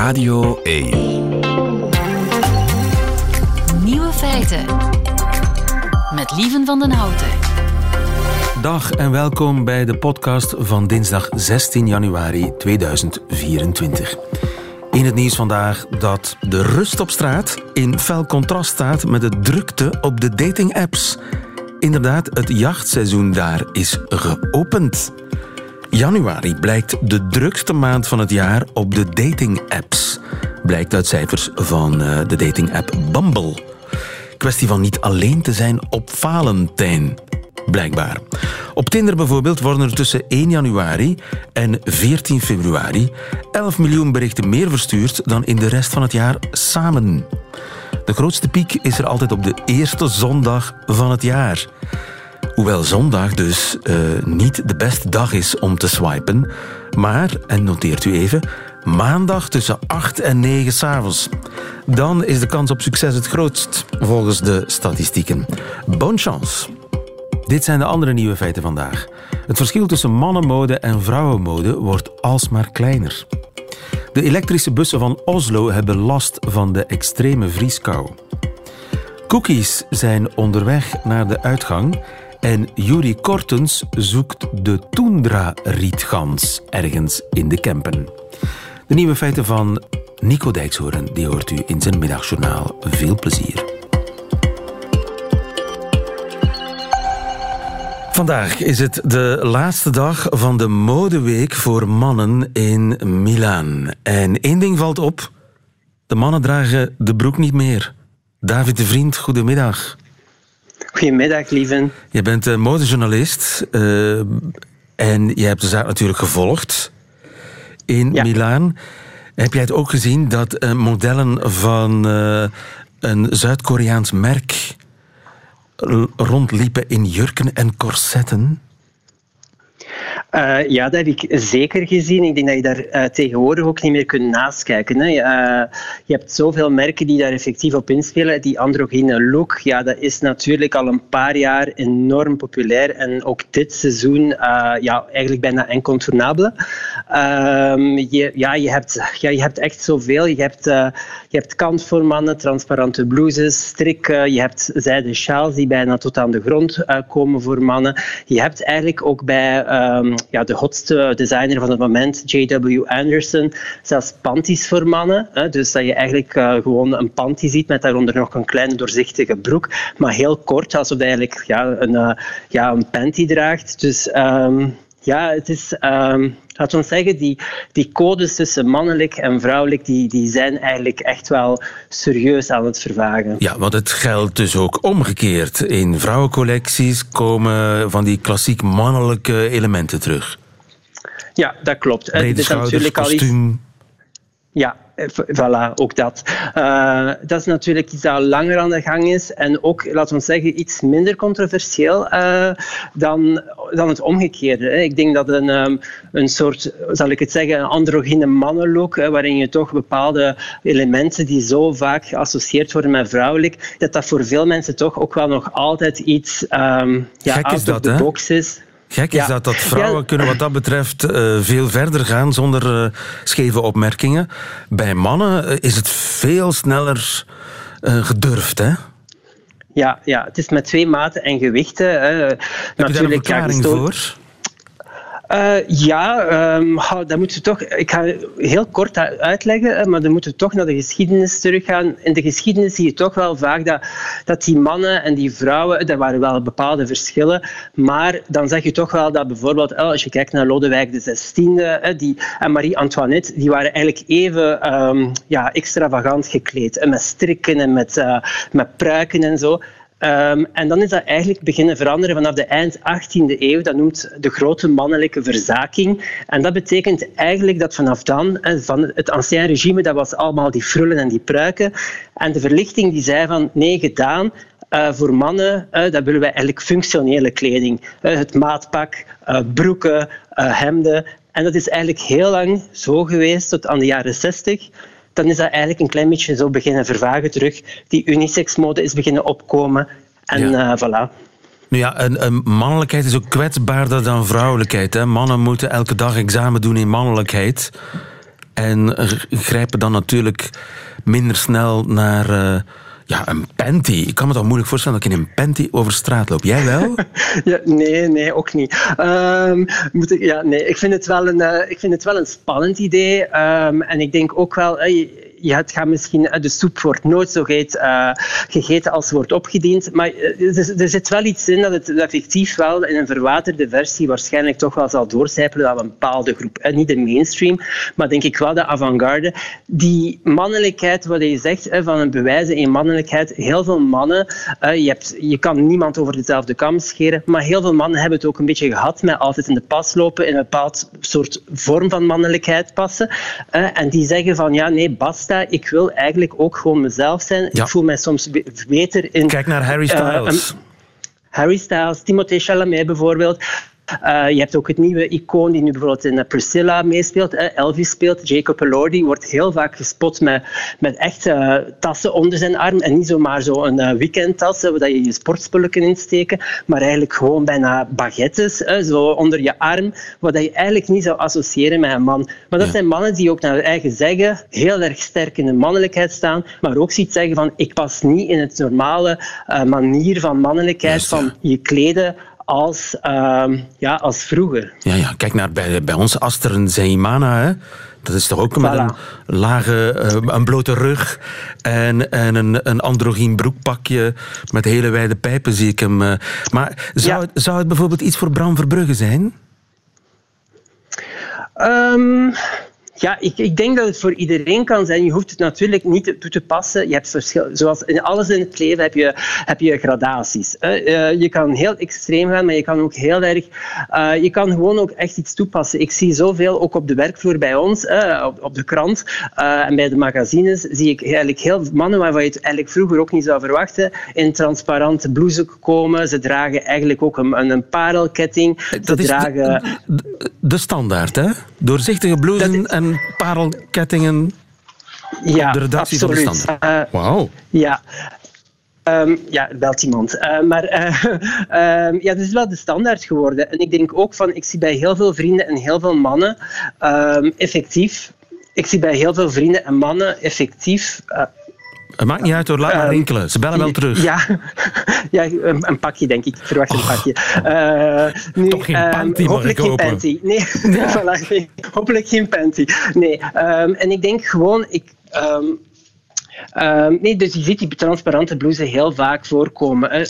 Radio 1. Nieuwe feiten. Met Lieven van den Houten. Dag en welkom bij de podcast van dinsdag 16 januari 2024. In het nieuws vandaag dat de rust op straat in fel contrast staat met de drukte op de dating-apps. Inderdaad, het jachtseizoen daar is geopend. Januari blijkt de drukste maand van het jaar op de dating-apps. Blijkt uit cijfers van de dating-app Bumble. Kwestie van niet alleen te zijn op Valentijn. Blijkbaar. Op Tinder bijvoorbeeld worden er tussen 1 januari en 14 februari 11 miljoen berichten meer verstuurd dan in de rest van het jaar samen. De grootste piek is er altijd op de eerste zondag van het jaar. Hoewel zondag dus niet de beste dag is om te swipen, maar, en noteert u even, maandag tussen 8 en 9 s'avonds. Dan is de kans op succes het grootst, volgens de statistieken. Bonne chance. Dit zijn de andere nieuwe feiten vandaag. Het verschil tussen mannenmode en vrouwenmode wordt alsmaar kleiner. De elektrische bussen van Oslo hebben last van de extreme vrieskou. Cookies zijn onderweg naar de uitgang en Juri Kortens zoekt de toendra-rietgans ergens in de Kempen. De nieuwe feiten van Nico Dijkshoorn, die hoort u in zijn middagjournaal. Veel plezier. Vandaag is het de laatste dag van de modeweek voor mannen in Milaan. En één ding valt op. De mannen dragen de broek niet meer. David de Vriend, goedemiddag. Goedemiddag, Lieven. Je bent modejournalist en je hebt de zaak natuurlijk gevolgd in Milaan. Heb jij het ook gezien dat modellen van een Zuid-Koreaans merk rondliepen in jurken en corsetten? Ja, dat heb ik zeker gezien. Ik denk dat je daar tegenwoordig ook niet meer kunt naast-kijken. Hè. Je hebt zoveel merken die daar effectief op inspelen. Die androgyne look, ja, dat is natuurlijk al een paar jaar enorm populair. En ook dit seizoen eigenlijk bijna incontournabel. Je hebt echt zoveel. Je hebt kant voor mannen, transparante blouses, strikken. Je hebt zijden sjaals die bijna tot aan de grond komen voor mannen. Je hebt eigenlijk ook bij de hotste designer van het moment, J.W. Anderson, zelfs panties voor mannen. Dus dat je eigenlijk gewoon een panty ziet met daaronder nog een kleine doorzichtige broek, maar heel kort, alsof je eigenlijk een panty draagt. Dus het is... Laten we zeggen, die codes tussen mannelijk en vrouwelijk, die zijn eigenlijk echt wel serieus aan het vervagen. Ja, want het geldt dus ook omgekeerd. In vrouwencollecties komen van die klassiek mannelijke elementen terug. Ja, dat klopt. Brede schouders, kostuum. Ja, voilà, ook dat. Dat is natuurlijk iets dat al langer aan de gang is en ook, laten we zeggen, iets minder controversieel dan het omgekeerde. Hè. Ik denk dat een soort, zal ik het zeggen, een androgyne mannenlook, waarin je toch bepaalde elementen die zo vaak geassocieerd worden met vrouwelijk, dat voor veel mensen toch ook wel nog altijd iets out of the box is. Gek is dat vrouwen kunnen wat dat betreft veel verder gaan zonder scheve opmerkingen. Bij mannen is het veel sneller gedurfd, hè? Ja, het is met 2 maten en gewichten. Heb je daar een verklaring voor? Dat moeten we toch... Ik ga heel kort uitleggen, maar dan moeten we toch naar de geschiedenis teruggaan. In de geschiedenis zie je toch wel vaak dat die mannen en die vrouwen, er waren wel bepaalde verschillen, maar dan zeg je toch wel dat bijvoorbeeld, als je kijkt naar Lodewijk XVI en Marie-Antoinette, die waren eigenlijk even extravagant gekleed. Met strikken en met pruiken en zo. En dan is dat eigenlijk beginnen veranderen vanaf de eind 18e eeuw. Dat noemt de grote mannelijke verzaking. En dat betekent eigenlijk dat vanaf dan, van het ancien regime, dat was allemaal die frullen en die pruiken. En de verlichting die zei van, nee, gedaan. Voor mannen, dat willen wij eigenlijk functionele kleding. Het maatpak, broeken, hemden. En dat is eigenlijk heel lang zo geweest, tot aan de jaren 60. Dan is dat eigenlijk een klein beetje zo beginnen vervagen terug. Die unisex-mode is beginnen opkomen. En voilà. Nu ja, een mannelijkheid is ook kwetsbaarder dan vrouwelijkheid. Hè? Mannen moeten elke dag examen doen in mannelijkheid. En grijpen dan natuurlijk minder snel naar een panty. Ik kan me dat moeilijk voorstellen dat ik in een panty over straat loop. Jij wel? Ja, nee, ook niet. Ik vind het wel een spannend idee. En ik denk ook wel... het gaat misschien, de soep wordt nooit zo gegeten als ze wordt opgediend. Maar er zit wel iets in dat het effectief wel in een verwaterde versie waarschijnlijk toch wel zal doorcijpelen aan een bepaalde groep. Niet de mainstream, maar denk ik wel de avant-garde. Die mannelijkheid, wat je zegt, van een bewijzen in mannelijkheid. Heel veel mannen, je kan niemand over dezelfde kam scheren, maar heel veel mannen hebben het ook een beetje gehad met altijd in de pas lopen, in een bepaald soort vorm van mannelijkheid passen. En die zeggen van, ja, nee, basta. Ik wil eigenlijk ook gewoon mezelf zijn. Ja. Ik voel mij soms beter in... Kijk naar Harry Styles. Harry Styles, Timothée Chalamet bijvoorbeeld. Je hebt ook het nieuwe icoon die nu bijvoorbeeld in Priscilla meespeelt. Elvis speelt. Jacob Elordi wordt heel vaak gespot met echt tassen onder zijn arm. En niet zomaar zo'n weekendtas waar je je sportspullen kunt insteken. Maar eigenlijk gewoon bijna baguettes zo onder je arm. Wat je eigenlijk niet zou associëren met een man. Maar dat zijn mannen die ook naar hun eigen zeggen heel erg sterk in de mannelijkheid staan. Maar ook ziet zeggen van ik pas niet in het normale manier van mannelijkheid van je kleden als vroeger. Ja, kijk naar bij ons Aster Zeymana, hè? Dat is toch ook met een lage, een blote rug en een androgyn broekpakje met hele wijde pijpen zie ik hem. Maar zou het bijvoorbeeld iets voor Bram Verbrugge zijn? Ja, ik denk dat het voor iedereen kan zijn. Je hoeft het natuurlijk niet toe te passen. Je hebt verschil, zoals in alles in het leven heb je gradaties. Je kan heel extreem gaan, maar je kan ook heel erg... je kan gewoon ook echt iets toepassen. Ik zie zoveel, ook op de werkvloer bij ons, op de krant en bij de magazines, zie ik eigenlijk heel veel mannen waarvan je het eigenlijk vroeger ook niet zou verwachten, in transparante blouses komen. Ze dragen eigenlijk ook een parelketting. Dat is de standaard, hè? Doorzichtige blouses en parelkettingen op de redactie van de Standaard. Wauw. Ja. Belt iemand. Dat is wel de standaard geworden. En ik denk ook van, ik zie bij heel veel vrienden en heel veel mannen effectief... Ik zie bij heel veel vrienden en mannen effectief... Het maakt niet uit hoor, laat maar rinkelen. Ze bellen wel terug. Ja, een pakje denk ik. Ik verwacht een pakje. Toch geen panty mag ik hopen. Panty. Nee, voilà, hopelijk geen panty. Nee, en ik denk gewoon... dus je ziet die transparante blouses heel vaak voorkomen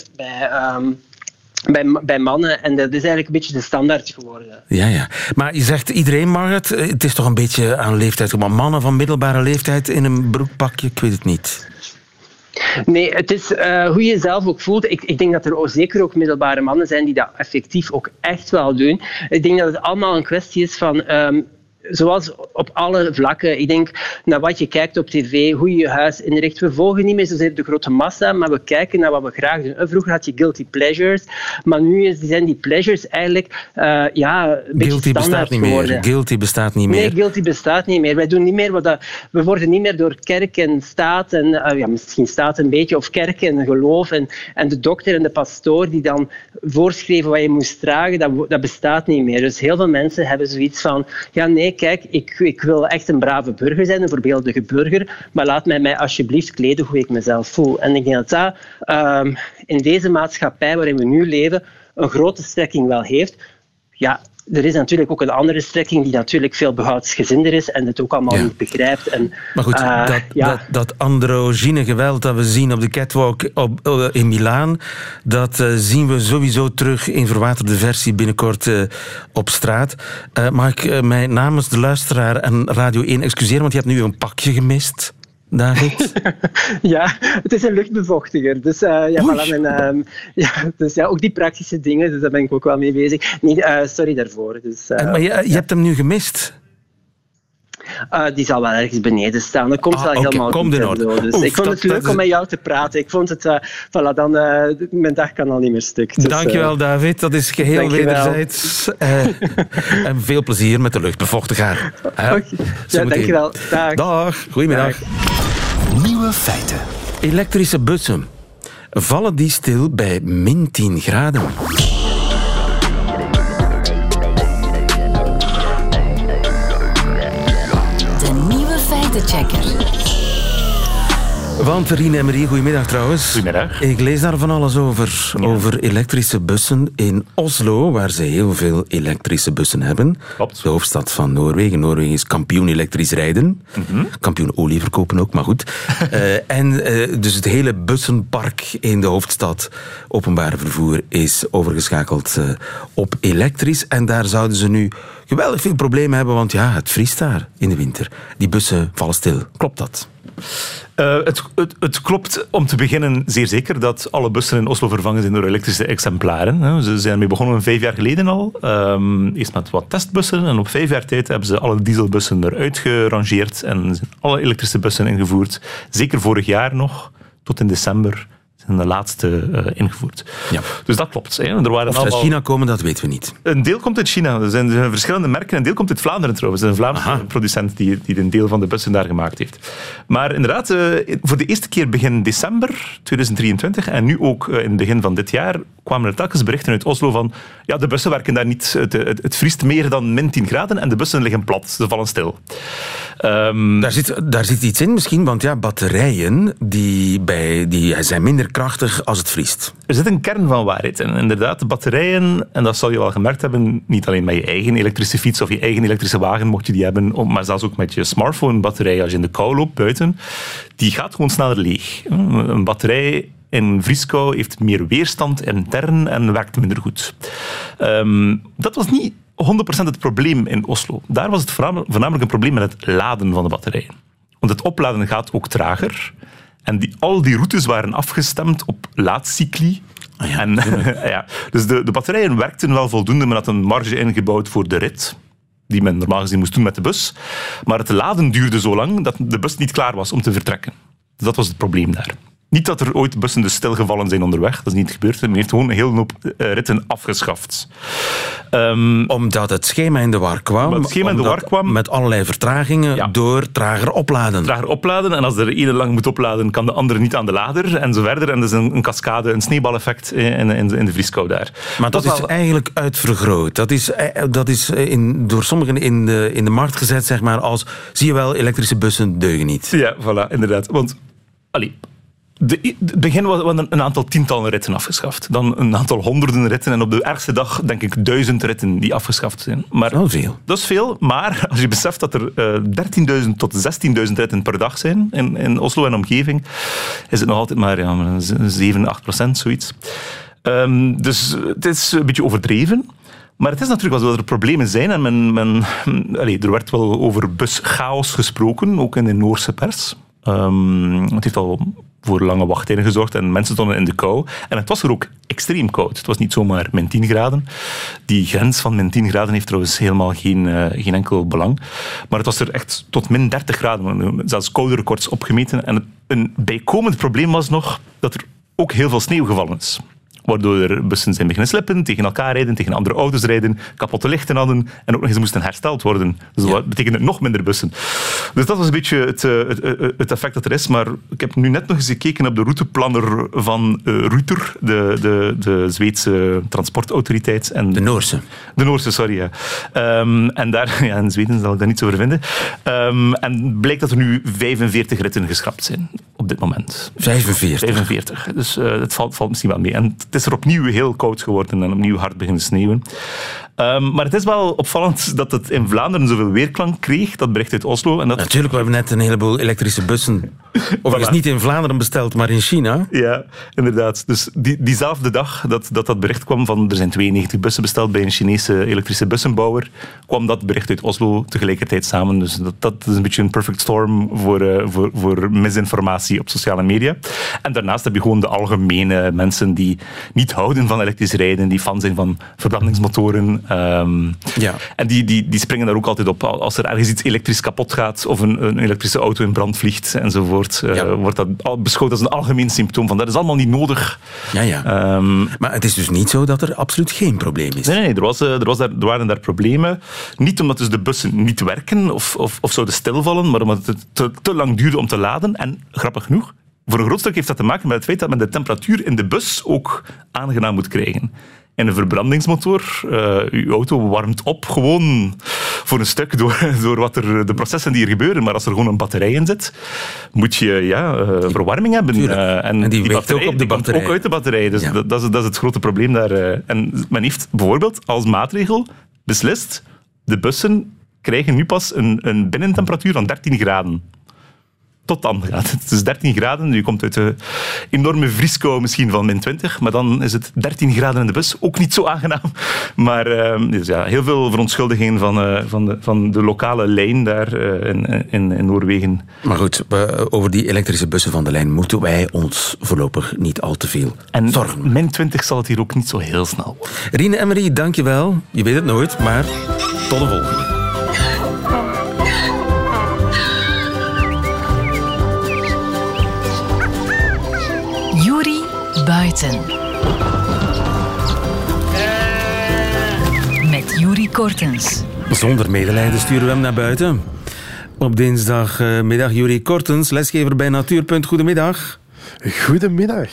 bij mannen. En dat is eigenlijk een beetje de standaard geworden. Ja. Maar je zegt iedereen mag het. Het is toch een beetje aan leeftijd. Maar mannen van middelbare leeftijd in een broekpakje, ik weet het niet. Nee, het is hoe je jezelf ook voelt. Ik denk dat er zeker ook middelbare mannen zijn die dat effectief ook echt wel doen. Ik denk dat het allemaal een kwestie is van... zoals op alle vlakken. Ik denk naar wat je kijkt op tv, hoe je je huis inricht. We volgen niet meer zozeer de grote massa, maar we kijken naar wat we graag doen. Vroeger had je guilty pleasures, maar nu zijn die pleasures eigenlijk een beetje standaard geworden. Guilty bestaat niet meer. Nee, guilty bestaat niet meer. Wij doen niet meer we worden niet meer door kerk en staat en misschien staat een beetje, of kerk en geloof en de dokter en de pastoor die dan voorschreven wat je moest dragen, dat bestaat niet meer. Dus heel veel mensen hebben zoiets van, ja nee, kijk, ik wil echt een brave burger zijn, een voorbeeldige burger, maar laat mij alsjeblieft kleden hoe ik mezelf voel. En ik denk dat in deze maatschappij waarin we nu leven een grote strekking wel heeft. Ja, er is natuurlijk ook een andere strekking die natuurlijk veel behoudsgezinder is en het ook allemaal niet begrijpt. En, maar goed, dat androgyne geweld dat we zien op de catwalk in Milaan, dat zien we sowieso terug in verwaterde versie binnenkort op straat. Mag ik mij namens de luisteraar en Radio 1 excuseren, want je hebt nu een pakje gemist, David? Ja, het is een luchtbevochtiger. Dus, ook die praktische dingen, dus daar ben ik ook wel mee bezig. Sorry daarvoor. Dus, maar je hebt hem nu gemist? Die zal wel ergens beneden staan. Dat komt wel helemaal komt in orde. Dus ik vond het leuk om met jou te praten. Ik vond het... mijn dag kan al niet meer stuk. Dus, dankjewel, David. Dat is geheel wederzijds. En veel plezier met de luchtbevochtiger. Dankjewel. Dag. Goedemiddag. Nieuwe feiten. Elektrische bussen. Vallen die stil bij -10 graden? De nieuwe feitenchecker. Want Rien en Marie, goedemiddag trouwens. Goedemiddag. Ik lees daar van alles over. Ja. Over elektrische bussen in Oslo, waar ze heel veel elektrische bussen hebben. Klopt. De hoofdstad van Noorwegen. Noorwegen is kampioen elektrisch rijden. Mm-hmm. Kampioen olie verkopen ook, maar goed. Dus het hele bussenpark in de hoofdstad, openbaar vervoer, is overgeschakeld op elektrisch. En daar zouden ze nu geweldig veel problemen hebben, want ja, het vriest daar in de winter. Die bussen vallen stil. Klopt dat? Het klopt om te beginnen zeer zeker dat alle bussen in Oslo vervangen zijn door elektrische exemplaren. Ze zijn ermee begonnen 5 jaar geleden al. Eerst met wat testbussen en op 5 jaar tijd hebben ze alle dieselbussen eruit gerangeerd en zijn alle elektrische bussen ingevoerd. Zeker vorig jaar nog, tot in december. En de laatste ingevoerd. Ja. Dus dat klopt. Hè. Er waren uit China komen, dat weten we niet. Een deel komt uit China. Er zijn verschillende merken. Een deel komt uit Vlaanderen trouwens. Een Vlaamse producent die een deel van de bussen daar gemaakt heeft. Maar inderdaad, voor de eerste keer begin december 2023 en nu ook in het begin van dit jaar kwamen er telkens berichten uit Oslo van ja, de bussen werken daar niet. Het vriest meer dan min 10 graden en de bussen liggen plat. Ze vallen stil. Daar zit iets in misschien, want ja, batterijen die zijn minder krachtig als het vriest. Er zit een kern van waarheid in. Inderdaad, de batterijen, en dat zal je wel gemerkt hebben, niet alleen met je eigen elektrische fiets of je eigen elektrische wagen, mocht je die hebben, maar zelfs ook met je smartphone-batterij als je in de kou loopt buiten, die gaat gewoon sneller leeg. Een batterij in vrieskou heeft meer weerstand intern en werkt minder goed. Dat was niet 100% het probleem in Oslo. Daar was het voornamelijk een probleem met het laden van de batterijen. Want het opladen gaat ook trager. En al die routes waren afgestemd op laadcycli. Dus de batterijen werkten wel voldoende. Men had een marge ingebouwd voor de rit, die men normaal gezien moest doen met de bus. Maar het laden duurde zo lang dat de bus niet klaar was om te vertrekken. Dus dat was het probleem daar. Niet dat er ooit bussen dus stilgevallen zijn onderweg. Dat is niet gebeurd. Men heeft gewoon een hele hoop ritten afgeschaft. Omdat het schema in de war kwam. Met allerlei vertragingen door trager opladen. Trager opladen. En als de ene lang moet opladen, kan de andere niet aan de lader. En zo verder. En dat is een cascade, een sneeuwbaleffect in de vrieskou daar. Maar dat is eigenlijk uitvergroot. Dat is door sommigen in de markt gezet, zeg maar, als zie je wel, elektrische bussen deugen niet. Ja, voilà, inderdaad. Want het begin was een aantal tientallen ritten afgeschaft. Dan een aantal honderden ritten. En op de ergste dag, denk ik, 1000 ritten die afgeschaft zijn. Maar dat is veel. Dat is veel, maar als je beseft dat er 13.000 tot 16.000 ritten per dag zijn in Oslo en omgeving, is het nog altijd maar 7-8%, zoiets. Dus het is een beetje overdreven. Maar het is natuurlijk wel zo dat er problemen zijn. En er werd wel over buschaos gesproken, ook in de Noorse pers. Het heeft al voor lange wachttijden gezorgd en mensen stonden in de kou. En het was er ook extreem koud. Het was niet zomaar min 10 graden. Die grens van min 10 graden heeft trouwens helemaal geen enkel belang. Maar het was er echt tot min 30 graden. Zelfs koude records opgemeten. En een bijkomend probleem was nog dat er ook heel veel sneeuw gevallen is. Waardoor er bussen zijn beginnen slippen, tegen elkaar rijden, tegen andere auto's rijden, kapotte lichten hadden en ook nog eens moesten hersteld worden. Dus dat betekende nog minder bussen. Dus dat was een beetje het effect dat er is. Maar ik heb nu net nog eens gekeken op de routeplanner van Ruter, de Zweedse transportautoriteit. De Noorse. De Noorse, sorry. Ja. En daar, in Zweden zal ik daar niets over vinden. En blijkt dat er nu 45 ritten geschrapt zijn op dit moment. 45. Dus het valt misschien wel mee. En het is er opnieuw heel koud geworden en opnieuw hard beginnen sneeuwen. Maar het is wel opvallend dat het in Vlaanderen zoveel weerklank kreeg, dat bericht uit Oslo. En dat... Natuurlijk, we hebben net een heleboel elektrische bussen. Overigens niet in Vlaanderen besteld, maar in China. Ja, inderdaad. Dus diezelfde dag dat bericht kwam van er zijn 92 bussen besteld bij een Chinese elektrische bussenbouwer, kwam dat bericht uit Oslo tegelijkertijd samen. Dus dat is een beetje een perfect storm voor misinformatie op sociale media. En daarnaast heb je gewoon de algemene mensen die niet houden van elektrisch rijden, die fan zijn van verbrandingsmotoren. En die springen daar ook altijd op. Als er ergens iets elektrisch kapot gaat of een elektrische auto in brand vliegt enzovoort, wordt dat beschouwd als een algemeen symptoom van dat is allemaal niet nodig. Maar het is dus niet zo dat er absoluut geen probleem is. Nee, er waren daar problemen. Niet omdat dus de bussen niet werken of zouden stilvallen, maar omdat het te lang duurde om te laden. En grappig genoeg, voor een groot stuk heeft dat te maken met het feit dat men de temperatuur in de bus ook aangenaam moet krijgen. En een verbrandingsmotor, je auto warmt op gewoon voor een stuk door wat de processen die er gebeuren. Maar als er gewoon een batterij in zit, moet je verwarming hebben. En die weegt batterij, ook op de batterij. Komt ook uit de batterij. Dus dat is het grote probleem daar. En men heeft bijvoorbeeld als maatregel beslist, de bussen krijgen nu pas een binnentemperatuur van 13 graden. Tot dan gaat het. Het is 13 graden. Je komt uit de enorme vrieskou misschien van -20, maar dan is het 13 graden in de bus. Ook niet zo aangenaam. Maar dus heel veel verontschuldigingen van de lokale lijn daar in Noorwegen. Maar goed, over die elektrische bussen van de lijn moeten wij ons voorlopig niet al te veel zorgen. En -20 zal het hier ook niet zo heel snel worden. Rien Emery, dankjewel. Je weet het nooit, maar tot de volgende. Buiten. Met Yuri Kortens. Zonder medelijden sturen we hem naar buiten. Op dinsdagmiddag Yuri Kortens, lesgever bij Natuurpunt. Goedemiddag. Goedemiddag.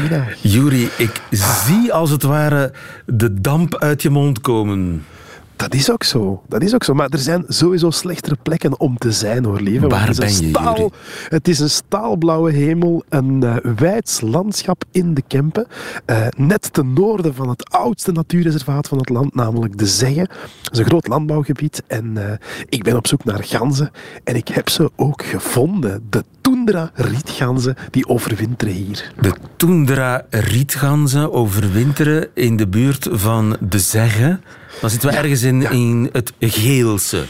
Yuri, ik zie als het ware de damp uit je mond komen. Dat is ook zo. Maar er zijn sowieso slechtere plekken om te zijn, hoor, lieve. Waar ben je, Yuri? Het is een staalblauwe hemel, een wijds landschap in de Kempen. Net ten noorden van het oudste natuurreservaat van het land, namelijk de Zegge. Dat is een groot landbouwgebied. En ik ben op zoek naar ganzen. En ik heb ze ook gevonden. De toendra-rietganzen, die overwinteren hier. De toendra-rietganzen overwinteren in de buurt van de Zegge. Dan zitten we ergens in het Geelse.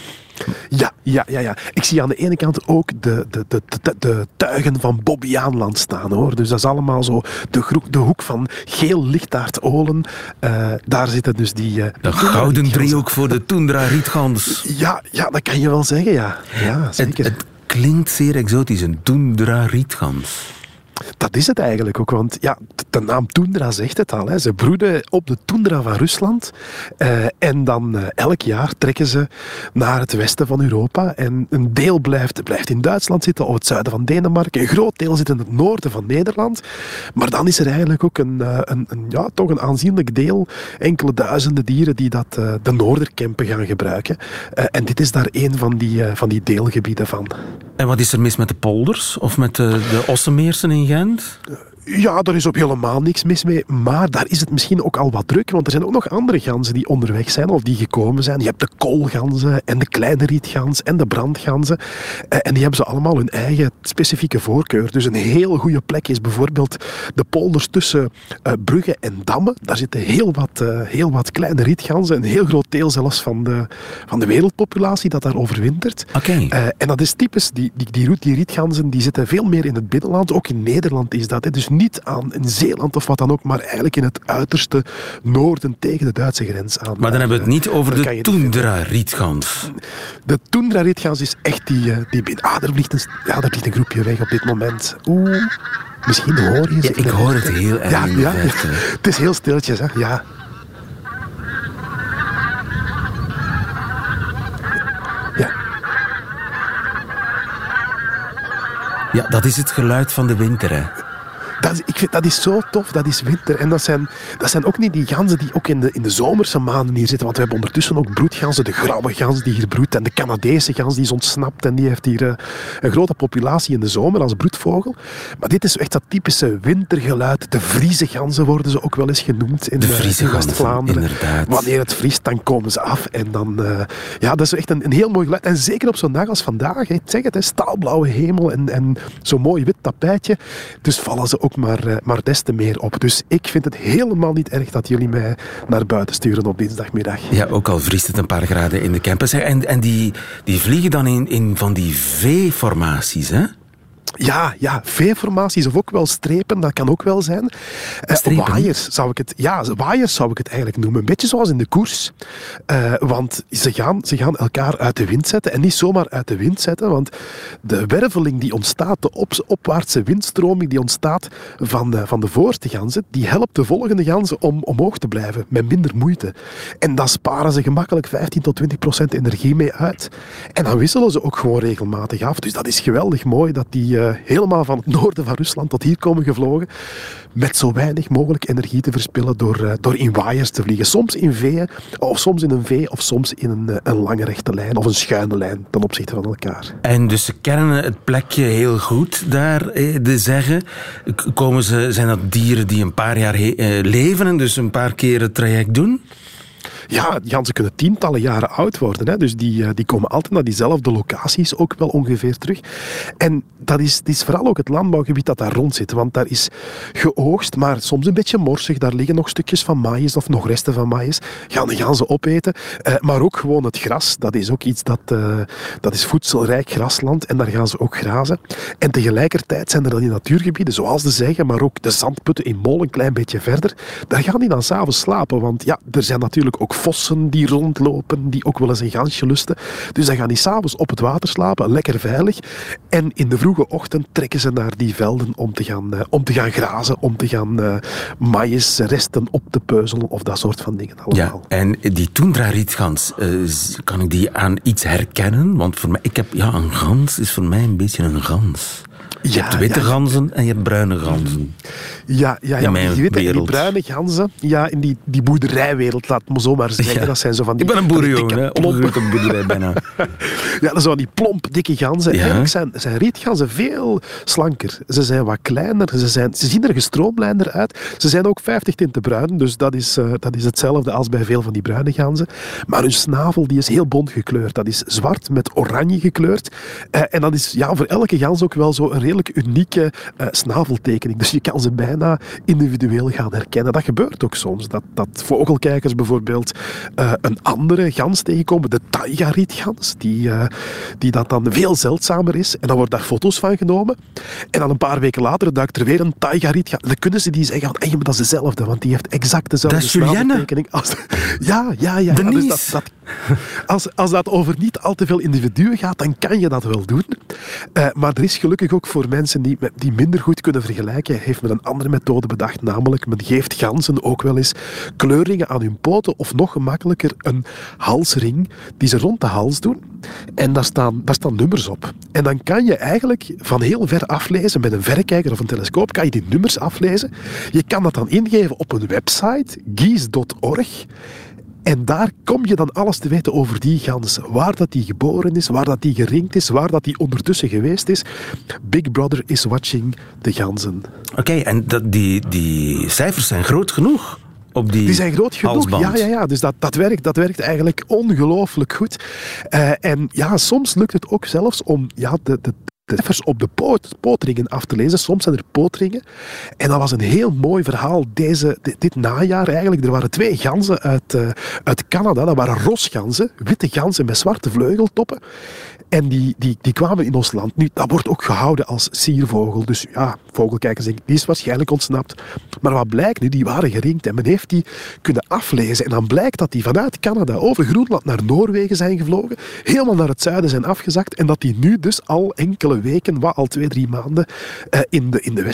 Ja. Ik zie aan de ene kant ook de tuigen van Bobbejaanland staan, hoor. Dus dat is allemaal zo de hoek van Geel-Lichtaard-Olen. Daar zitten dus die... de gouden driehoek voor de toendra-rietgans. Ja, dat kan je wel zeggen, ja. Ja, zeker. Het klinkt zeer exotisch, een toendra-rietgans. Dat is het eigenlijk ook, want ja, de naam toendra zegt het al. Hè. Ze broeden op de toendra van Rusland en dan elk jaar trekken ze naar het westen van Europa en een deel blijft in Duitsland zitten of het zuiden van Denemarken. Een groot deel zit in het noorden van Nederland. Maar dan is er eigenlijk ook toch een aanzienlijk deel, enkele duizenden dieren die de Noorderkempen gaan gebruiken. En dit is daar een van die deelgebieden van. En wat is er mis met de polders of met de Ossenmeersen in Gent? Ja, daar is ook helemaal niks mis mee. Maar daar is het misschien ook al wat druk. Want er zijn ook nog andere ganzen die onderweg zijn of die gekomen zijn. Je hebt de koolganzen en de kleine rietgans en de brandganzen. En die hebben ze allemaal hun eigen specifieke voorkeur. Dus een heel goede plek is bijvoorbeeld de polders tussen Brugge en Damme. Daar zitten heel wat kleine rietganzen. Een heel groot deel zelfs van de wereldpopulatie dat daar overwintert. Okay. En dat is typisch. Die rietganzen die zitten veel meer in het binnenland. Ook in Nederland is dat. Hè. Dus niet in Zeeland of wat dan ook, maar eigenlijk in het uiterste noorden tegen de Duitse grens aan. Maar dan hebben we het niet over de toendra-rietgans. De toendra-rietgans is echt die er vliegt een groepje weg op dit moment. Misschien hoor je ze. Ja, ik hoor het heel erg in de verte. Het is heel stiltjes, hè. Ja. Ja, dat is het geluid van de winter, hè. Dat is zo tof, dat is winter. En dat zijn ook niet die ganzen die ook in de zomerse maanden hier zitten. Want we hebben ondertussen ook broedganzen, de grauwe gans die hier broedt en de Canadese gans die is ontsnapt en die heeft hier een grote populatie in de zomer als broedvogel. Maar dit is echt dat typische wintergeluid. De Friese ganzen worden ze ook wel eens genoemd in West-Vlaanderen. Inderdaad. Wanneer het vriest, dan komen ze af. En dan, dat is echt een heel mooi geluid. En zeker op zo'n dag als vandaag, ik zeg het, staalblauwe hemel en zo'n mooi wit tapijtje. Dus vallen ze ook maar des te meer op. Dus ik vind het helemaal niet erg dat jullie mij naar buiten sturen op dinsdagmiddag. Ja, ook al vriest het een paar graden in de Kempen. En die vliegen dan in van die V-formaties, hè? Ja, V-formaties of ook wel strepen, dat kan ook wel zijn. Waaiers zou ik het eigenlijk noemen. Een beetje zoals in de koers. Want ze gaan elkaar uit de wind zetten. En niet zomaar uit de wind zetten, want de werveling die ontstaat, de opwaartse windstroming die ontstaat van de voorste ganzen, die helpt de volgende ganzen om omhoog te blijven, met minder moeite. En dan sparen ze gemakkelijk 15-20% energie mee uit. En dan wisselen ze ook gewoon regelmatig af. Dus dat is geweldig mooi dat die helemaal van het noorden van Rusland tot hier komen gevlogen, met zo weinig mogelijk energie te verspillen door in waaiers te vliegen. Soms in veeën, of soms in een V, of soms in een lange rechte lijn, of een schuine lijn ten opzichte van elkaar. En dus ze kennen het plekje heel goed daar, zeggen. Zijn dat dieren die een paar jaar leven en dus een paar keer het traject doen? Ja, die ganzen kunnen tientallen jaren oud worden. Hè. Dus die komen altijd naar diezelfde locaties ook wel ongeveer terug. En dat is vooral ook het landbouwgebied dat daar rond zit. Want daar is geoogst, maar soms een beetje morsig. Daar liggen nog stukjes van maïs of nog resten van maïs. Gaan de ganzen opeten. Maar ook gewoon het gras. Dat is ook iets dat is voedselrijk grasland. En daar gaan ze ook grazen. En tegelijkertijd zijn er dan die natuurgebieden, zoals de Zegge, maar ook de zandputten in Mol een klein beetje verder. Daar gaan die dan 's avonds slapen. Want ja, er zijn natuurlijk ook vossen die rondlopen, die ook wel eens een gansje lusten. Dus dan gaan die 's avonds op het water slapen, lekker veilig. En in de vroege ochtend trekken ze naar die velden om te gaan grazen, om te gaan maïsresten op te peuzelen of dat soort van dingen allemaal. Ja, en die toendra-rietgans, kan ik die aan iets herkennen? Want voor mij, een gans is voor mij een beetje een gans. Je hebt witte ganzen en je hebt bruine ganzen. Ja, die witte en die bruine ganzen, in die boerderijwereld, laat me zo maar zeggen. Ja. Dat zijn zo van die... Ik ben een boerenjongen, opgegroeid op boerderij bijna. Ja, dat zijn die plomp, dikke ganzen. Ja. Eigenlijk zijn rietganzen veel slanker. Ze zijn wat kleiner, ze zien er gestroomlijnder uit. Ze zijn ook 50 tinten bruin, dus dat is hetzelfde als bij veel van die bruine ganzen. Maar hun snavel die is heel bont gekleurd. Dat is zwart met oranje gekleurd. En dat is voor elke gans ook wel zo een redelijk unieke snaveltekening. Dus je kan ze bijna individueel gaan herkennen. Dat gebeurt ook soms. Dat vogelkijkers bijvoorbeeld een andere gans tegenkomen, de taiga-rietgans, die dat dan veel zeldzamer is. En dan worden daar foto's van genomen. En dan een paar weken later duikt er weer een taiga-rietgans. Dan kunnen ze die zeggen, maar dat is dezelfde, want die heeft exact dezelfde snaveltekening. Ja. Dus als dat over niet al te veel individuen gaat, dan kan je dat wel doen. Maar er is gelukkig ook voor mensen die minder goed kunnen vergelijken, heeft men een andere methode bedacht, namelijk men geeft ganzen ook wel eens kleurringen aan hun poten of nog gemakkelijker een halsring die ze rond de hals doen. En daar staan nummers op. En dan kan je eigenlijk van heel ver aflezen, met een verrekijker of een telescoop, kan je die nummers aflezen. Je kan dat dan ingeven op een website, geese.org. En daar kom je dan alles te weten over die gans. Waar dat die geboren is, waar dat die geringd is, waar dat die ondertussen geweest is. Big Brother is watching de ganzen. Oké, en die cijfers zijn groot genoeg? Die zijn groot genoeg, ja. Dus dat werkt eigenlijk ongelooflijk goed. En ja, soms lukt het ook zelfs om de cijfers op de pootringen af te lezen. Soms zijn er pootringen. En dat was een heel mooi verhaal dit najaar eigenlijk. Er waren 2 ganzen uit Canada. Dat waren rosganzen, witte ganzen met zwarte vleugeltoppen. En die kwamen in ons land. Nu, dat wordt ook gehouden als siervogel. Dus ja, vogelkijkers denken, die is waarschijnlijk ontsnapt. Maar wat blijkt nu, die waren geringd. En men heeft die kunnen aflezen. En dan blijkt dat die vanuit Canada over Groenland naar Noorwegen zijn gevlogen. Helemaal naar het zuiden zijn afgezakt. En dat die nu dus al enkele weken, al 2-3 maanden, in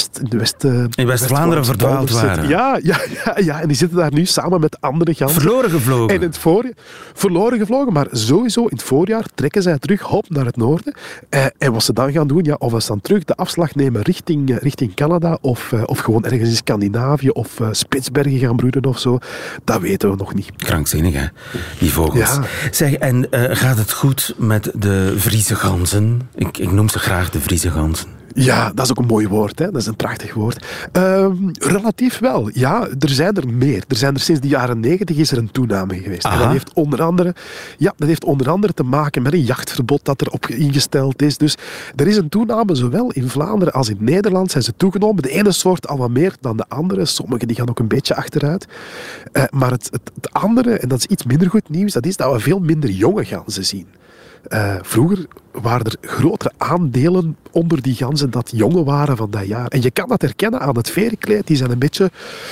West-Vlaanderen verdwaald waren. Ja, en die zitten daar nu samen met andere ganzen. Verloren gevlogen. En in het voorjaar, verloren gevlogen, maar sowieso in het voorjaar trekken zij terug, hop, naar het noorden. En wat ze dan gaan doen, of ze dan terug de afslag nemen richting Canada, of gewoon ergens in Scandinavië, of Spitsbergen gaan broeden of zo, dat weten we nog niet. Krankzinnig, hè? Die vogels. Ja. Zeg, en gaat het goed met de Friese ganzen? Ik noem ze graag de Friese ganzen. Ja, dat is ook een mooi woord. Hè? Dat is een prachtig woord. Relatief wel. Ja, er zijn er meer. Er zijn er sinds de jaren 90 is er een toename geweest. En dat heeft onder andere te maken met een jachtverbod dat er op ingesteld is. Dus er is een toename, zowel in Vlaanderen als in Nederland zijn ze toegenomen. De ene soort al wat meer dan de andere. Sommige die gaan ook een beetje achteruit. Maar het andere, en dat is iets minder goed nieuws, dat is dat we veel minder jonge ganzen zien. Vroeger waren er grotere aandelen onder die ganzen dat jongen waren van dat jaar. En je kan dat herkennen aan het verenkleed. Die zijn een beetje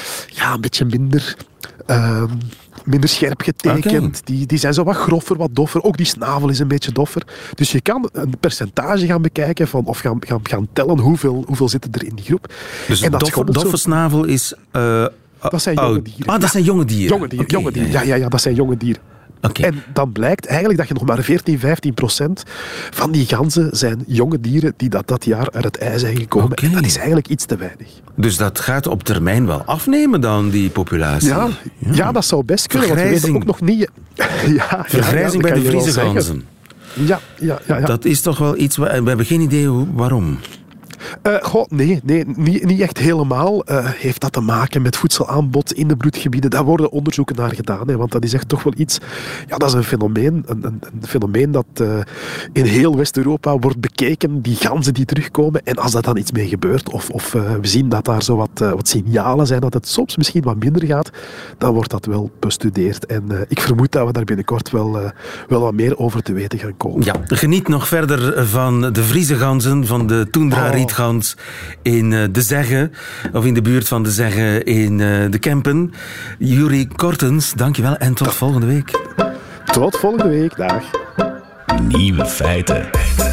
minder scherp getekend. Okay. Die zijn zo wat groffer, wat doffer. Ook die snavel is een beetje doffer. Dus je kan een percentage gaan bekijken of gaan tellen hoeveel zitten er in die groep. Dus een doffe snavel is... dat zijn jonge dieren. Dat zijn jonge dieren. Jonge dieren. Ja, dat zijn jonge dieren. Okay. En dan blijkt eigenlijk dat je nog maar 14-15% van die ganzen zijn jonge dieren die dat jaar uit het ei zijn gekomen. Okay. En dat is eigenlijk iets te weinig. Dus dat gaat op termijn wel afnemen dan, die populatie? Ja, dat zou best kunnen. Want we weten ook nog niet... Vergrijzing bij de Friese ganzen. Ja. Dat is toch wel iets... We hebben geen idee waarom. Nee, niet echt helemaal. Heeft dat te maken met voedselaanbod in de broedgebieden? Daar worden onderzoeken naar gedaan, hè, want dat is echt toch wel iets... Ja, dat is een fenomeen. Een fenomeen dat in heel West-Europa wordt bekeken, die ganzen die terugkomen. En als dat dan iets mee gebeurt, of we zien dat daar zo wat signalen zijn, dat het soms misschien wat minder gaat, dan wordt dat wel bestudeerd. En ik vermoed dat we daar binnenkort wel wat meer over te weten gaan komen. Ja, geniet nog verder van de Friese ganzen, van de toendra-rietgans in De Zegge, of in de buurt van De Zegge in de Kempen. Yuri Kortens, dankjewel en tot volgende week. Tot volgende week, dag. Nieuwe feiten.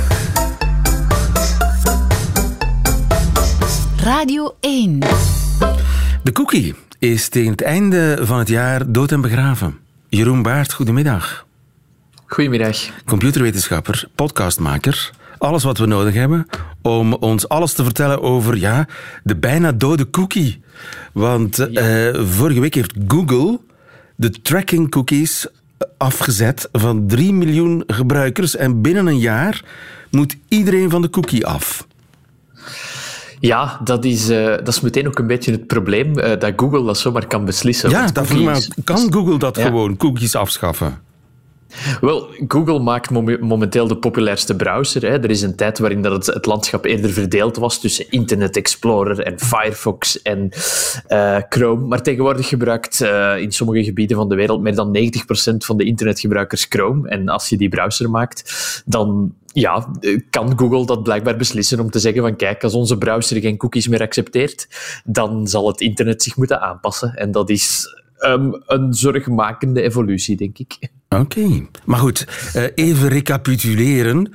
Radio 1. De cookie is tegen het einde van het jaar dood en begraven. Jeroen Baert, goedemiddag. Goedemiddag. Computerwetenschapper, podcastmaker. Alles wat we nodig hebben om ons alles te vertellen over de bijna dode cookie. Want vorige week heeft Google de tracking cookies afgezet van 3 miljoen gebruikers. En binnen een jaar moet iedereen van de cookie af. Ja, dat is meteen ook een beetje het probleem dat Google dat zomaar kan beslissen. Ja, kan Google dat gewoon, cookies afschaffen? Wel, Google maakt momenteel de populairste browser. Hè. Er is een tijd waarin dat het landschap eerder verdeeld was tussen Internet Explorer en Firefox en Chrome. Maar tegenwoordig gebruikt in sommige gebieden van de wereld meer dan 90% van de internetgebruikers Chrome. En als je die browser maakt, dan kan Google dat blijkbaar beslissen om te zeggen van kijk, als onze browser geen cookies meer accepteert, dan zal het internet zich moeten aanpassen. En dat is een zorgmakende evolutie, denk ik. Oké. Maar goed, even recapituleren.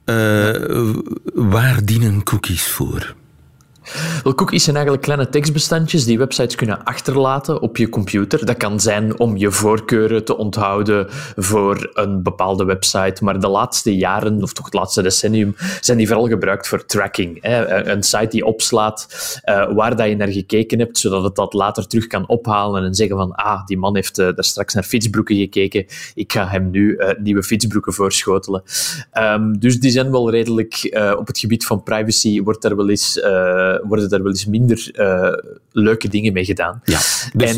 Waar dienen cookies voor? Wel, cookies zijn eigenlijk kleine tekstbestandjes die websites kunnen achterlaten op je computer. Dat kan zijn om je voorkeuren te onthouden voor een bepaalde website, maar de laatste jaren, of toch het laatste decennium, zijn die vooral gebruikt voor tracking. Een site die opslaat waar dat je naar gekeken hebt, zodat het dat later terug kan ophalen en zeggen van die man heeft daar straks naar fietsbroeken gekeken, ik ga hem nu nieuwe fietsbroeken voorschotelen. Dus die zijn wel redelijk... op het gebied van privacy worden daar wel eens minder leuke dingen mee gedaan. Ja, dus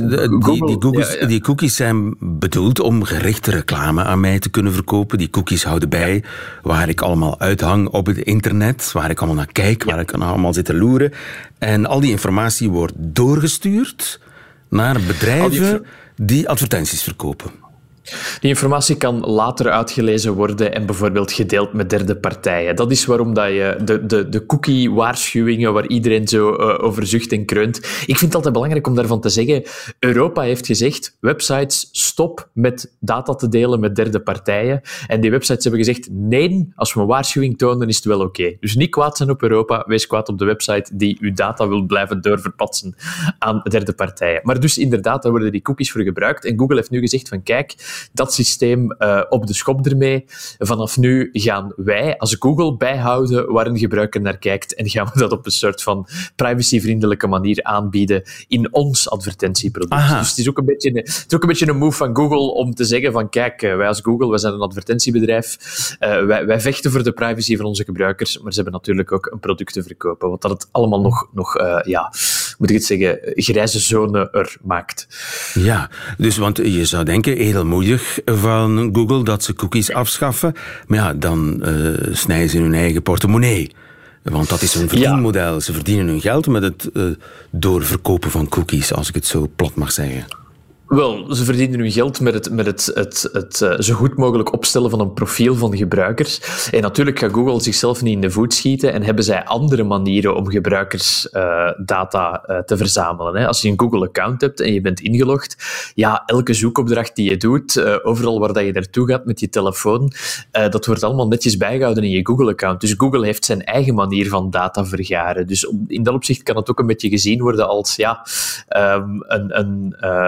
en die cookies zijn bedoeld om gerichte reclame aan mij te kunnen verkopen. Die cookies houden bij waar ik allemaal uithang op het internet, waar ik allemaal naar kijk, waar ik allemaal zit te loeren. En al die informatie wordt doorgestuurd naar bedrijven die advertenties verkopen. Die informatie kan later uitgelezen worden en bijvoorbeeld gedeeld met derde partijen. Dat is waarom dat je de cookie-waarschuwingen waar iedereen zo over zucht en kreunt. Ik vind het altijd belangrijk om daarvan te zeggen, Europa heeft gezegd, websites, stop met data te delen met derde partijen. En die websites hebben gezegd, nee, als we een waarschuwing tonen, dan is het wel oké. Dus niet kwaad zijn op Europa, wees kwaad op de website die uw data wil blijven doorverpatsen aan derde partijen. Maar dus inderdaad, daar worden die cookies voor gebruikt. En Google heeft nu gezegd van, kijk, dat systeem op de schop ermee. Vanaf nu gaan wij als Google bijhouden waar een gebruiker naar kijkt en gaan we dat op een soort van privacyvriendelijke manier aanbieden in ons advertentieproduct. Aha. Dus het is ook een beetje een move van Google om te zeggen van kijk, wij als Google, wij zijn een advertentiebedrijf, wij vechten voor de privacy van onze gebruikers, maar ze hebben natuurlijk ook een product te verkopen, wat dat het allemaal nog moet ik het zeggen, grijze zone er maakt. Ja, dus want je zou denken, edelmoedig van Google dat ze cookies afschaffen, maar ja, dan snijden ze hun eigen portemonnee. Want dat is een verdienmodel. Ja. Ze verdienen hun geld met het doorverkopen van cookies, als ik het zo plat mag zeggen. Wel, ze verdienen hun geld met het zo goed mogelijk opstellen van een profiel van gebruikers. En natuurlijk gaat Google zichzelf niet in de voet schieten en hebben zij andere manieren om gebruikersdata te verzamelen. Hè. Als je een Google-account hebt en je bent ingelogd, elke zoekopdracht die je doet, overal waar dat je naartoe gaat met je telefoon, dat wordt allemaal netjes bijgehouden in je Google-account. Dus Google heeft zijn eigen manier van data vergaren. Dus in dat opzicht kan het ook een beetje gezien worden als een soort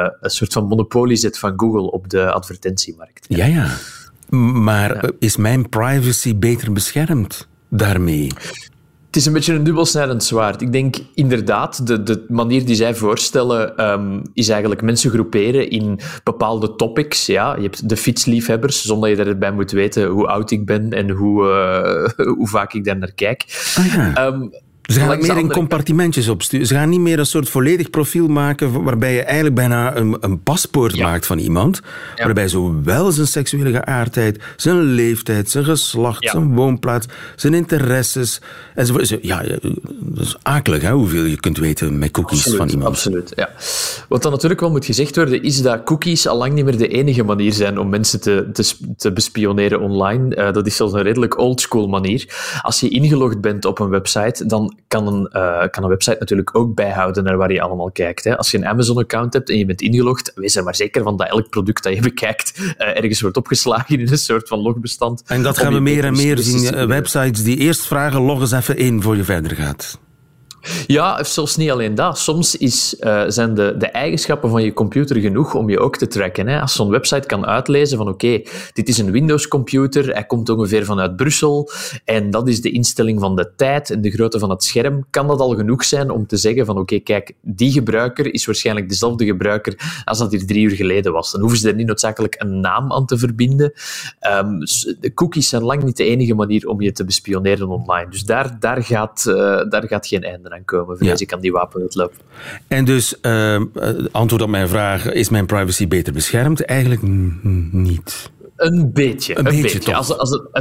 soort van monopolie zet van Google op de advertentiemarkt. Ja. Maar is mijn privacy beter beschermd daarmee? Het is een beetje een dubbelsnijdend zwaard. Ik denk inderdaad, de manier die zij voorstellen is eigenlijk mensen groeperen in bepaalde topics. Ja, je hebt de fietsliefhebbers, zonder dat je erbij moet weten hoe oud ik ben en hoe vaak ik daar naar kijk. Ze gaan het meer in compartimentjes opsturen. Ze gaan niet meer een soort volledig profiel maken waarbij je eigenlijk bijna een paspoort maakt van iemand. Ja. Waarbij zowel zijn seksuele geaardheid, zijn leeftijd, zijn geslacht, zijn woonplaats, zijn interesses enzovoort. Ja, dat is akelig hoeveel je kunt weten met cookies van iemand. Absoluut, ja. Wat dan natuurlijk wel moet gezegd worden, is dat cookies al lang niet meer de enige manier zijn om mensen te bespioneren online. Dat is zelfs een redelijk oldschool manier. Als je ingelogd bent op een website, dan kan een website natuurlijk ook bijhouden naar waar je allemaal kijkt. Hè. Als je een Amazon-account hebt en je bent ingelogd, wees er maar zeker van dat elk product dat je bekijkt ergens wordt opgeslagen in een soort van logbestand. En dat gaan we meer en meer zien. Websites die eerst vragen, log eens even in voor je verder gaat. Ja, zelfs niet alleen dat. Soms zijn de eigenschappen van je computer genoeg om je ook te tracken. Hè. Als zo'n website kan uitlezen van oké, dit is een Windows-computer, hij komt ongeveer vanuit Brussel en dat is de instelling van de tijd en de grootte van het scherm, kan dat al genoeg zijn om te zeggen van oké, kijk, die gebruiker is waarschijnlijk dezelfde gebruiker als dat hier 3 uur geleden was. Dan hoeven ze er niet noodzakelijk een naam aan te verbinden. De cookies zijn lang niet de enige manier om je te bespioneren online. Dus daar gaat geen einde aan komen, vrees ik, aan die wapenuitloop. En dus, antwoord op mijn vraag, is mijn privacy beter beschermd? Eigenlijk niet. Een beetje toch?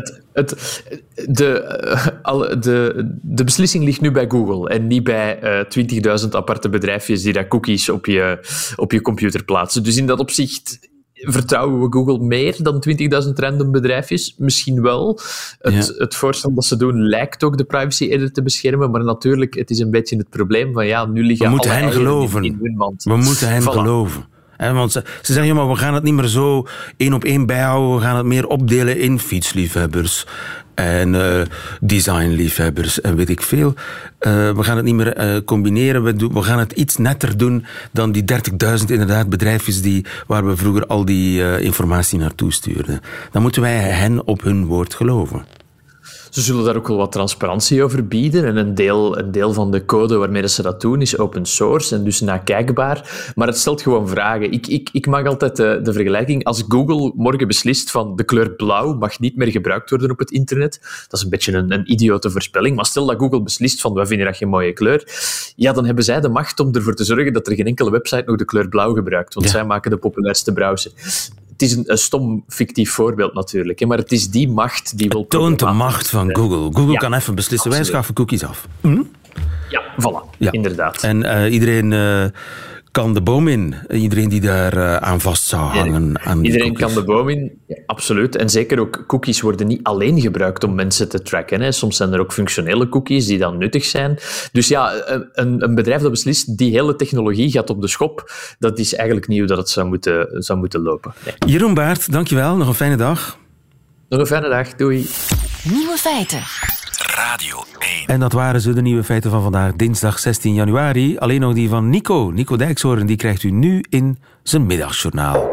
De beslissing ligt nu bij Google en niet bij 20.000 aparte bedrijfjes die dat cookies op je computer plaatsen. Dus in dat opzicht vertrouwen we Google meer dan 20.000 random bedrijfjes? Misschien wel. Het voorstel dat ze doen lijkt ook de privacy eerder te beschermen, maar natuurlijk, het is een beetje het probleem van nu liggen alle eieren in hun mand. We moeten hen geloven. Want ze zeggen, ja, maar we gaan het niet meer zo 1 op 1 bijhouden, we gaan het meer opdelen in fietsliefhebbers en designliefhebbers en weet ik veel. We gaan het niet meer combineren, we gaan het iets netter doen dan die 30.000 inderdaad bedrijfjes waar we vroeger al die informatie naartoe stuurden. Dan moeten wij hen op hun woord geloven. Ze zullen daar ook wel wat transparantie over bieden. En een deel van de code waarmee ze dat doen is open source en dus nakijkbaar. Maar het stelt gewoon vragen. Ik maak altijd de vergelijking. Als Google morgen beslist van de kleur blauw mag niet meer gebruikt worden op het internet, dat is een beetje een idiote voorspelling. Maar stel dat Google beslist van wij vinden dat geen mooie kleur, ja, dan hebben zij de macht om ervoor te zorgen dat er geen enkele website nog de kleur blauw gebruikt. Want zij maken de populairste browser. Het is een stom fictief voorbeeld natuurlijk, maar het is die macht die wil... Het toont de macht van Google. Google kan even beslissen, wij schaffen cookies af. Ja, voilà, inderdaad. En iedereen kan de boom in. Iedereen die daar aan vast zou hangen. Iedereen kan de boom in, ja, absoluut. En zeker ook cookies worden niet alleen gebruikt om mensen te tracken. Hè. Soms zijn er ook functionele cookies die dan nuttig zijn. Dus ja, een bedrijf dat beslist, die hele technologie gaat op de schop, dat is eigenlijk niet hoe dat het zou moeten lopen. Nee. Jeroen Baert, dankjewel. Nog een fijne dag. Nog een fijne dag. Doei. Nieuwe feiten. Radio 1. En dat waren ze, de nieuwe feiten van vandaag, dinsdag 16 januari. Alleen nog die van Nico Dijkshoorn, die krijgt u nu in zijn middagjournaal.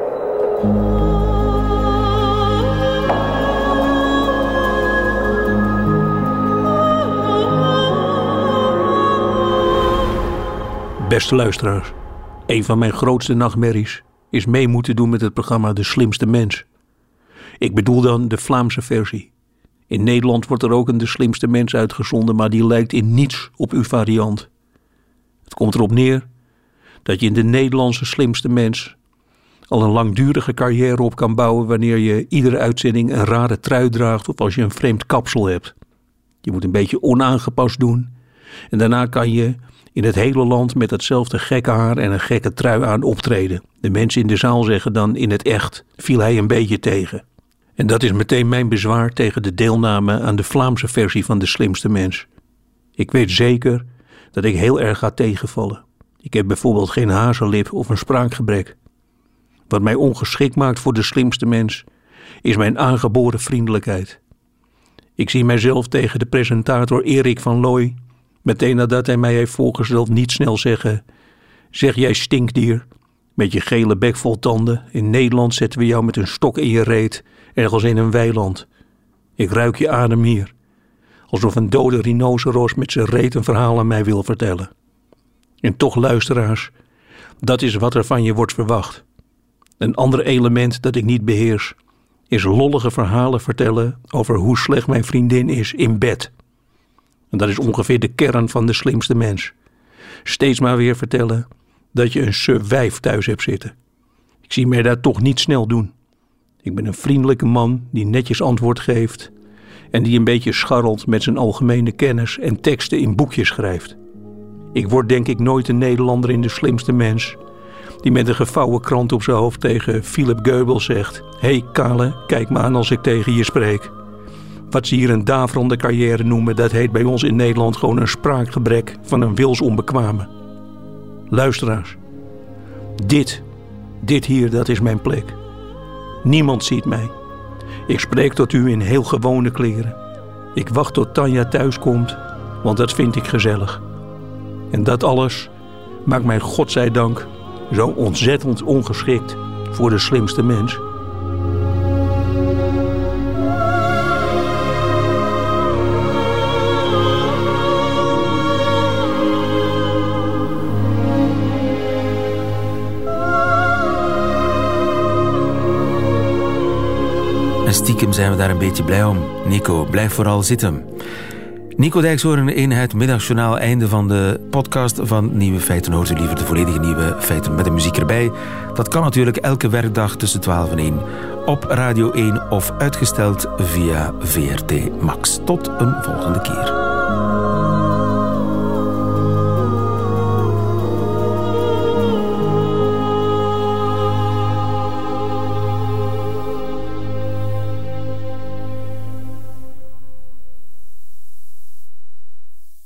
Beste luisteraars, een van mijn grootste nachtmerries is mee moeten doen met het programma De Slimste Mens. Ik bedoel dan de Vlaamse versie. In Nederland wordt er ook een De Slimste Mens uitgezonden, maar die lijkt in niets op uw variant. Het komt erop neer dat je in de Nederlandse Slimste Mens al een langdurige carrière op kan bouwen wanneer je iedere uitzending een rare trui draagt of als je een vreemd kapsel hebt. Je moet een beetje onaangepast doen en daarna kan je in het hele land met hetzelfde gekke haar en een gekke trui aan optreden. De mensen in de zaal zeggen dan in het echt, viel hij een beetje tegen. En dat is meteen mijn bezwaar tegen de deelname aan de Vlaamse versie van De Slimste Mens. Ik weet zeker dat ik heel erg ga tegenvallen. Ik heb bijvoorbeeld geen hazenlip of een spraakgebrek. Wat mij ongeschikt maakt voor De Slimste Mens is mijn aangeboren vriendelijkheid. Ik zie mijzelf tegen de presentator Erik van Looy, meteen nadat hij mij heeft voorgesteld, niet snel zeggen: zeg jij stinkdier, Met je gele bek vol tanden. In Nederland zetten we jou met een stok in je reet. Ergens in een weiland. Ik ruik je adem hier. Alsof een dode rhinoceros met zijn reet een verhaal aan mij wil vertellen. En toch, luisteraars, dat is wat er van je wordt verwacht. Een ander element dat ik niet beheers is lollige verhalen vertellen over hoe slecht mijn vriendin is in bed. En dat is ongeveer de kern van de slimste mens. Steeds maar weer vertellen dat je een suf wijf thuis hebt zitten. Ik zie mij daar toch niet snel doen. Ik ben een vriendelijke man die netjes antwoord geeft en die een beetje scharrelt met zijn algemene kennis en teksten in boekjes schrijft. Ik word denk ik nooit een Nederlander in de slimste mens die met een gevouwen krant op zijn hoofd tegen Philip Goebbels zegt: "Hey Kale, kijk me aan als ik tegen je spreek." Wat ze hier een daverende carrière noemen, dat heet bij ons in Nederland gewoon een spraakgebrek van een wilsonbekwame. Luisteraars, dit hier, dat is mijn plek. Niemand ziet mij. Ik spreek tot u in heel gewone kleren. Ik wacht tot Tanja thuiskomt, want dat vind ik gezellig. En dat alles maakt mij godzijdank zo ontzettend ongeschikt voor de slimste mens. En stiekem zijn we daar een beetje blij om. Nico, blijf vooral zitten. Nico Dijkshoorn in het middagjournaal, einde van de podcast van Nieuwe Feiten. Hoort u liever de volledige Nieuwe Feiten met de muziek erbij? Dat kan natuurlijk elke werkdag tussen 12 en 1 op Radio 1 of uitgesteld via VRT Max. Tot een volgende keer.